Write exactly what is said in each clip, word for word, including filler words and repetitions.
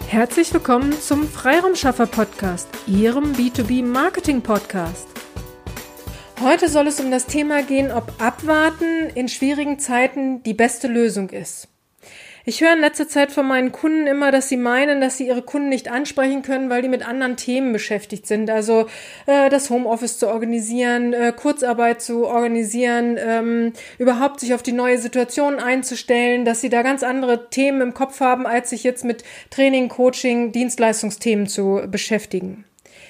Herzlich willkommen zum Freiraumschaffer-Podcast, Ihrem B zwei B-Marketing-Podcast. Heute soll es um das Thema gehen, ob Abwarten in schwierigen Zeiten die beste Lösung ist. Ich höre in letzter Zeit von meinen Kunden immer, dass sie meinen, dass sie ihre Kunden nicht ansprechen können, weil die mit anderen Themen beschäftigt sind. Also äh, das Homeoffice zu organisieren, äh, Kurzarbeit zu organisieren, ähm, überhaupt sich auf die neue Situation einzustellen, dass sie da ganz andere Themen im Kopf haben, als sich jetzt mit Training, Coaching, Dienstleistungsthemen zu beschäftigen.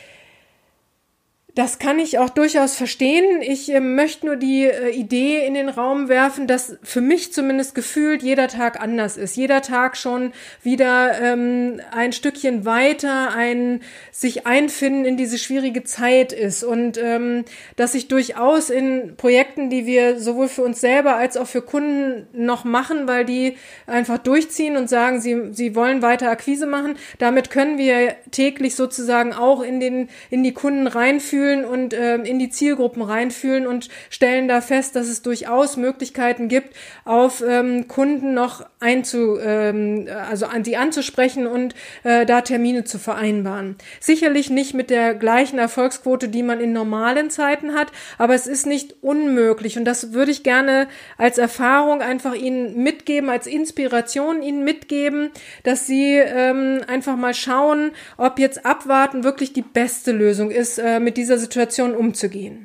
Das kann ich auch durchaus verstehen. Ich äh, möchte nur die äh, Idee in den Raum werfen, dass für mich zumindest gefühlt jeder Tag anders ist. Jeder Tag schon wieder ähm, ein Stückchen weiter, ein sich einfinden in diese schwierige Zeit ist. Und ähm, dass ich durchaus in Projekten, die wir sowohl für uns selber als auch für Kunden noch machen, weil die einfach durchziehen und sagen, sie, sie wollen weiter Akquise machen, damit können wir täglich sozusagen auch in den in die Kunden reinfühlen und ähm, in die Zielgruppen reinfühlen und stellen da fest, dass es durchaus Möglichkeiten gibt, auf ähm, Kunden noch einzu, ähm, also an sie anzusprechen und äh, da Termine zu vereinbaren. Sicherlich nicht mit der gleichen Erfolgsquote, die man in normalen Zeiten hat, aber es ist nicht unmöglich und das würde ich gerne als Erfahrung einfach Ihnen mitgeben, als Inspiration Ihnen mitgeben, dass Sie ähm, einfach mal schauen, ob jetzt Abwarten wirklich die beste Lösung ist, äh, mit dieser Situation umzugehen.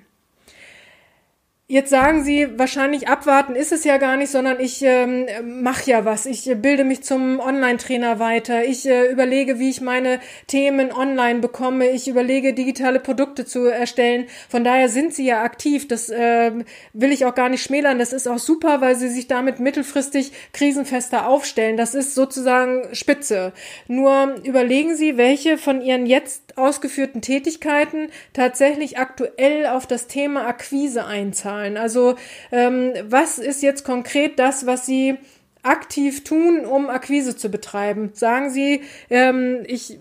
Jetzt sagen Sie wahrscheinlich, abwarten ist es ja gar nicht, sondern ich ähm, mache ja was. Ich äh, bilde mich zum Online-Trainer weiter. Ich äh, überlege, wie ich meine Themen online bekomme. Ich überlege, digitale Produkte zu erstellen. Von daher sind Sie ja aktiv. Das äh, will ich auch gar nicht schmälern. Das ist auch super, weil Sie sich damit mittelfristig krisenfester aufstellen. Das ist sozusagen spitze. Nur überlegen Sie, welche von Ihren jetzt ausgeführten Tätigkeiten tatsächlich aktuell auf das Thema Akquise einzahlen. Also ähm, was ist jetzt konkret das, was Sie aktiv tun, um Akquise zu betreiben? Sagen Sie, ähm, ich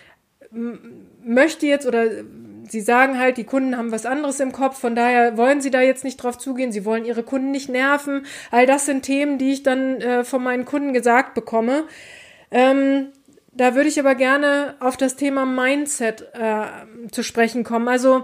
m- möchte jetzt oder Sie sagen halt, die Kunden haben was anderes im Kopf, von daher wollen Sie da jetzt nicht drauf zugehen, Sie wollen Ihre Kunden nicht nerven. All das sind Themen, die ich dann äh, von meinen Kunden gesagt bekomme. Ähm, da würde ich aber gerne auf das Thema Mindset äh, zu sprechen kommen. Also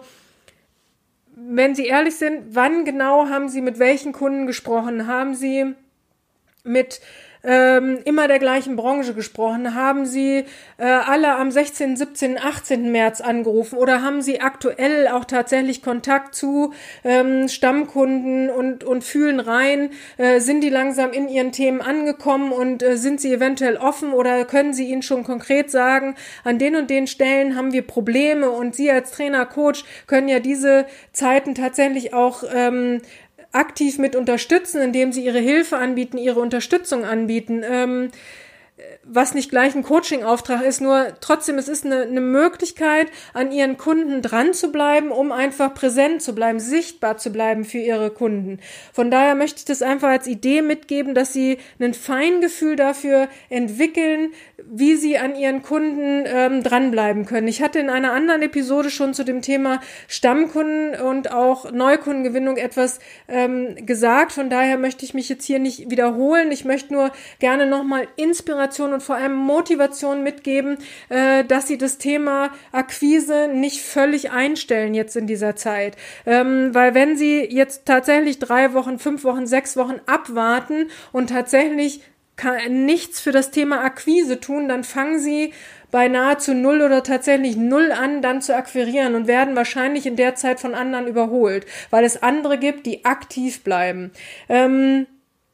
wenn Sie ehrlich sind, wann genau haben Sie mit welchen Kunden gesprochen? Haben Sie mit ähm, immer der gleichen Branche gesprochen? Haben Sie äh, alle am sechzehnten, siebzehnten, achtzehnten März angerufen? Oder haben Sie aktuell auch tatsächlich Kontakt zu ähm, Stammkunden und, und fühlen rein? Äh, sind die langsam in ihren Themen angekommen und äh, sind sie eventuell offen oder können Sie ihnen schon konkret sagen, an den und den Stellen haben wir Probleme und Sie als Trainer, Coach können ja diese Zeiten tatsächlich auch ähm, aktiv mit unterstützen, indem sie ihre Hilfe anbieten, ihre Unterstützung anbieten, ähm, was nicht gleich ein Coaching-Auftrag ist, nur trotzdem, es ist eine, eine Möglichkeit, an ihren Kunden dran zu bleiben, um einfach präsent zu bleiben, sichtbar zu bleiben für ihre Kunden. Von daher möchte ich das einfach als Idee mitgeben, dass sie ein Feingefühl dafür entwickeln, wie sie an ihren Kunden ähm, dranbleiben können. Ich hatte in einer anderen Episode schon zu dem Thema Stammkunden und auch Neukundengewinnung etwas ähm, gesagt. Von daher möchte ich mich jetzt hier nicht wiederholen. Ich möchte nur gerne nochmal Inspiration und vor allem Motivation mitgeben, äh, dass sie das Thema Akquise nicht völlig einstellen jetzt in dieser Zeit. Ähm, weil wenn sie jetzt tatsächlich drei Wochen, fünf Wochen, sechs Wochen abwarten und tatsächlich kann nichts für das Thema Akquise tun, dann fangen sie bei nahezu null oder tatsächlich null an, dann zu akquirieren und werden wahrscheinlich in der Zeit von anderen überholt, weil es andere gibt, die aktiv bleiben. Ähm,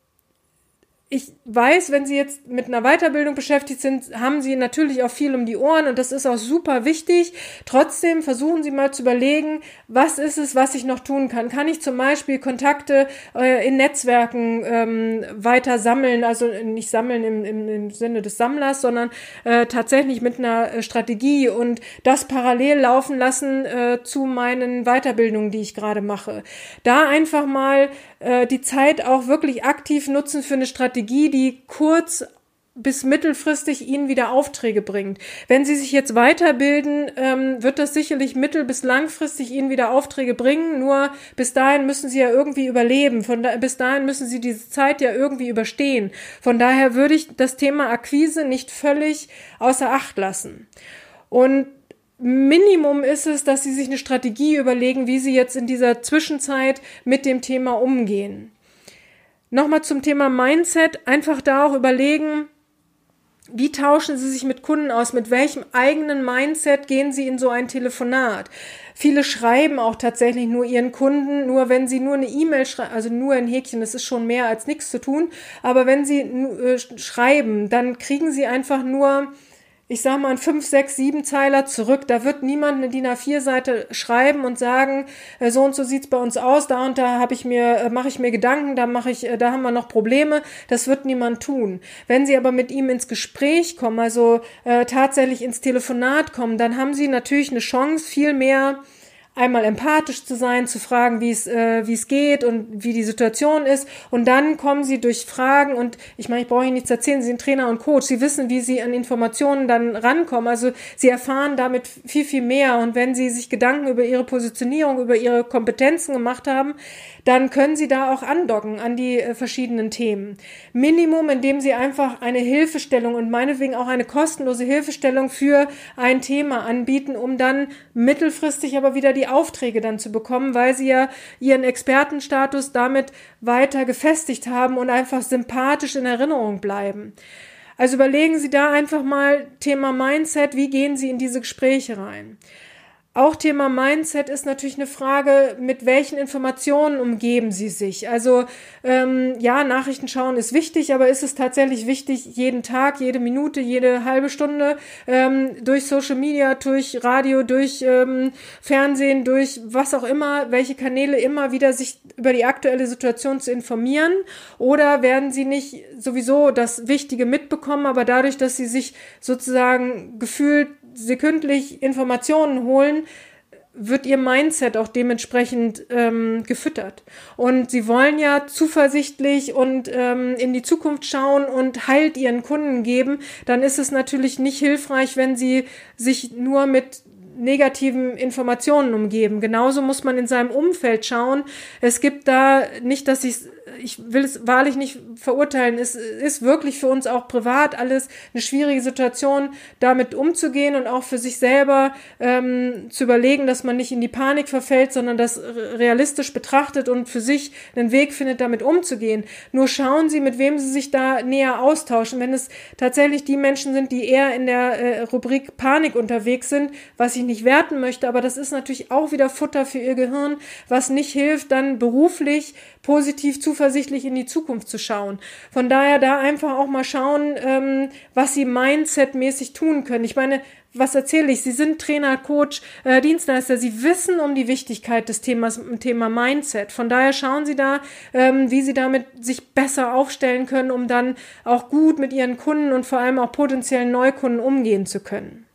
Ich weiß, wenn Sie jetzt mit einer Weiterbildung beschäftigt sind, haben Sie natürlich auch viel um die Ohren und das ist auch super wichtig. Trotzdem versuchen Sie mal zu überlegen, was ist es, was ich noch tun kann? Kann ich zum Beispiel Kontakte äh, in Netzwerken ähm, weiter sammeln, also nicht sammeln im, im, im Sinne des Sammlers, sondern äh, tatsächlich mit einer äh, Strategie und das parallel laufen lassen äh, zu meinen Weiterbildungen, die ich gerade mache. Da einfach mal äh, die Zeit auch wirklich aktiv nutzen für eine Strategie, die kurz bis mittelfristig ihnen wieder Aufträge bringt. Wenn sie sich jetzt weiterbilden, ähm, wird das sicherlich mittel- bis langfristig ihnen wieder Aufträge bringen, nur bis dahin müssen sie ja irgendwie überleben, von da, bis dahin müssen sie diese Zeit ja irgendwie überstehen. Von daher würde ich das Thema Akquise nicht völlig außer Acht lassen. Und Minimum ist es, dass sie sich eine Strategie überlegen, wie sie jetzt in dieser Zwischenzeit mit dem Thema umgehen. Nochmal zum Thema Mindset, einfach da auch überlegen, wie tauschen Sie sich mit Kunden aus? Mit welchem eigenen Mindset gehen Sie in so ein Telefonat? Viele schreiben auch tatsächlich nur ihren Kunden, nur wenn sie nur eine E-Mail schreiben, also nur ein Häkchen, das ist schon mehr als nichts zu tun, aber wenn sie äh, schreiben, dann kriegen sie einfach nur, ich sag mal, ein fünf, sechs, sieben Zeiler zurück. Da wird niemand eine D I N A vier Seite schreiben und sagen, äh, so und so sieht's bei uns aus, da und da habe ich mir, äh, mache ich mir Gedanken, da mache ich, äh, da haben wir noch Probleme. Das wird niemand tun. Wenn Sie aber mit ihm ins Gespräch kommen, also äh, tatsächlich ins Telefonat kommen, dann haben Sie natürlich eine Chance, viel mehr einmal empathisch zu sein, zu fragen, wie es äh, wie es geht und wie die Situation ist. Und dann kommen sie durch Fragen und ich meine, ich brauche Ihnen nichts erzählen, Sie sind Trainer und Coach. Sie wissen, wie Sie an Informationen dann rankommen. Also Sie erfahren damit viel, viel mehr. Und wenn Sie sich Gedanken über Ihre Positionierung, über Ihre Kompetenzen gemacht haben, dann können Sie da auch andocken an die äh, verschiedenen Themen. Minimum, indem Sie einfach eine Hilfestellung und meinetwegen auch eine kostenlose Hilfestellung für ein Thema anbieten, um dann mittelfristig aber wieder die Aufträge dann zu bekommen, weil Sie ja Ihren Expertenstatus damit weiter gefestigt haben und einfach sympathisch in Erinnerung bleiben. Also überlegen Sie da einfach mal Thema Mindset, wie gehen Sie in diese Gespräche rein? Auch Thema Mindset ist natürlich eine Frage, mit welchen Informationen umgeben Sie sich? Also ähm, ja, Nachrichten schauen ist wichtig, aber ist es tatsächlich wichtig, jeden Tag, jede Minute, jede halbe Stunde ähm, durch Social Media, durch Radio, durch ähm, Fernsehen, durch was auch immer, welche Kanäle immer wieder sich über die aktuelle Situation zu informieren? Oder werden Sie nicht sowieso das Wichtige mitbekommen, aber dadurch, dass Sie sich sozusagen gefühlt sekündlich Informationen holen, wird ihr Mindset auch dementsprechend ähm, gefüttert. Und sie wollen ja zuversichtlich und ähm, in die Zukunft schauen und Halt ihren Kunden geben. Dann ist es natürlich nicht hilfreich, wenn sie sich nur mit negativen Informationen umgeben. Genauso muss man in seinem Umfeld schauen. Es gibt da nicht, dass ich ich will es wahrlich nicht verurteilen, es ist wirklich für uns auch privat alles eine schwierige Situation, damit umzugehen und auch für sich selber ähm, zu überlegen, dass man nicht in die Panik verfällt, sondern das realistisch betrachtet und für sich einen Weg findet, damit umzugehen. Nur schauen Sie, mit wem Sie sich da näher austauschen. Wenn es tatsächlich die Menschen sind, die eher in der äh, Rubrik Panik unterwegs sind, was ich nicht werten möchte, aber das ist natürlich auch wieder Futter für Ihr Gehirn, was nicht hilft, dann beruflich positiv zuversichtlich in die Zukunft zu schauen. Von daher da einfach auch mal schauen, ähm, was Sie mindsetmäßig tun können. Ich meine, was erzähle ich? Sie sind Trainer, Coach, äh, Dienstleister. Sie wissen um die Wichtigkeit des Themas, Thema Mindset. Von daher schauen Sie da, ähm, wie Sie damit sich besser aufstellen können, um dann auch gut mit Ihren Kunden und vor allem auch potenziellen Neukunden umgehen zu können.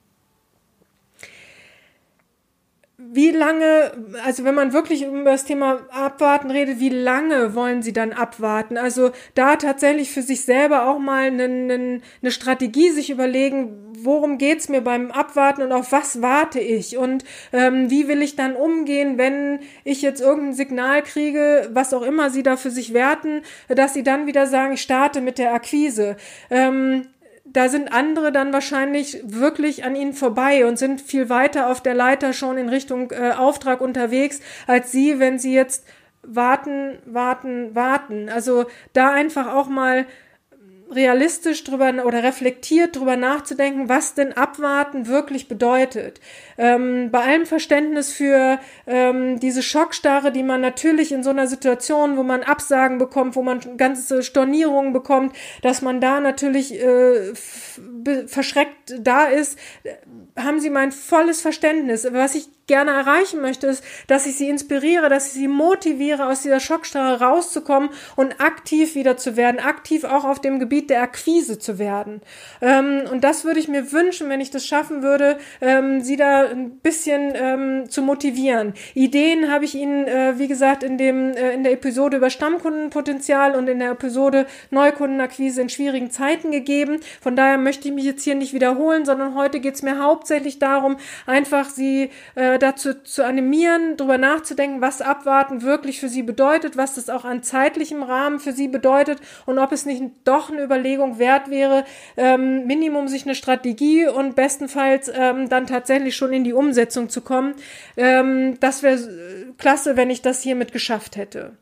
Wie lange, also wenn man wirklich über das Thema Abwarten redet, wie lange wollen Sie dann abwarten? Also da tatsächlich für sich selber auch mal eine, eine, eine Strategie sich überlegen, worum geht's mir beim Abwarten und auf was warte ich? Und ähm, wie will ich dann umgehen, wenn ich jetzt irgendein Signal kriege, was auch immer Sie da für sich werten, dass Sie dann wieder sagen, ich starte mit der Akquise. Ähm, Da sind andere dann wahrscheinlich wirklich an ihnen vorbei und sind viel weiter auf der Leiter schon in Richtung äh, Auftrag unterwegs, als Sie, wenn Sie jetzt warten, warten, warten. Also da einfach auch mal realistisch drüber oder reflektiert drüber nachzudenken, was denn Abwarten wirklich bedeutet. Ähm, bei allem Verständnis für ähm, diese Schockstarre, die man natürlich in so einer Situation, wo man Absagen bekommt, wo man ganze Stornierungen bekommt, dass man da natürlich äh, f- verschreckt da ist, haben Sie mein volles Verständnis. Was ich gerne erreichen möchte, ist, dass ich sie inspiriere, dass ich sie motiviere, aus dieser Schockstarre rauszukommen und aktiv wieder zu werden, aktiv auch auf dem Gebiet der Akquise zu werden. Ähm, und das würde ich mir wünschen, wenn ich das schaffen würde, ähm, sie da ein bisschen ähm, zu motivieren. Ideen habe ich Ihnen, äh, wie gesagt, in dem äh, in der Episode über Stammkundenpotenzial und in der Episode Neukundenakquise in schwierigen Zeiten gegeben. Von daher möchte ich mich jetzt hier nicht wiederholen, sondern heute geht es mir hauptsächlich darum, einfach Sie äh, dazu zu animieren, darüber nachzudenken, was Abwarten wirklich für Sie bedeutet, was das auch an zeitlichem Rahmen für Sie bedeutet und ob es nicht doch eine Überlegung wert wäre, ähm, Minimum sich eine Strategie und bestenfalls ähm, dann tatsächlich schon in die Umsetzung zu kommen. Ähm, das wäre klasse, wenn ich das hiermit geschafft hätte.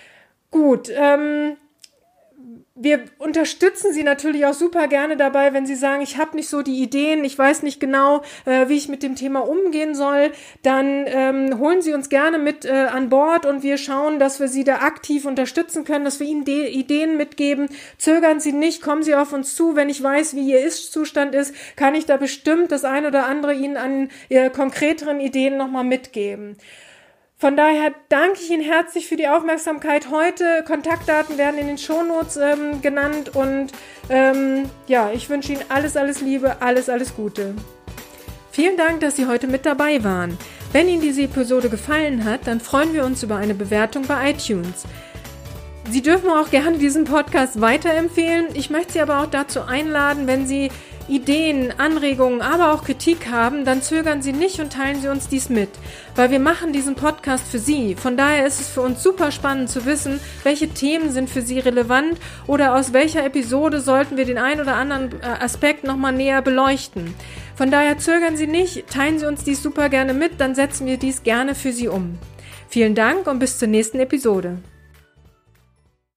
Gut, ähm, wir unterstützen Sie natürlich auch super gerne dabei, wenn Sie sagen, ich habe nicht so die Ideen, ich weiß nicht genau, äh, wie ich mit dem Thema umgehen soll, dann ähm, holen Sie uns gerne mit äh, an Bord und wir schauen, dass wir Sie da aktiv unterstützen können, dass wir Ihnen de- Ideen mitgeben. Zögern Sie nicht, kommen Sie auf uns zu. Wenn ich weiß, wie Ihr Ist-Zustand ist, kann ich da bestimmt das ein oder andere Ihnen an äh, konkreteren Ideen nochmal mitgeben. Von daher danke ich Ihnen herzlich für die Aufmerksamkeit heute. Kontaktdaten werden in den Shownotes ähm, genannt und ähm, ja, ich wünsche Ihnen alles, alles Liebe, alles, alles Gute. Vielen Dank, dass Sie heute mit dabei waren. Wenn Ihnen diese Episode gefallen hat, dann freuen wir uns über eine Bewertung bei iTunes. Sie dürfen auch gerne diesen Podcast weiterempfehlen. Ich möchte Sie aber auch dazu einladen, wenn Sie Ideen, Anregungen, aber auch Kritik haben, dann zögern Sie nicht und teilen Sie uns dies mit, weil wir machen diesen Podcast für Sie. Von daher ist es für uns super spannend zu wissen, welche Themen sind für Sie relevant oder aus welcher Episode sollten wir den ein oder anderen Aspekt nochmal näher beleuchten. Von daher zögern Sie nicht, teilen Sie uns dies super gerne mit, dann setzen wir dies gerne für Sie um. Vielen Dank und bis zur nächsten Episode.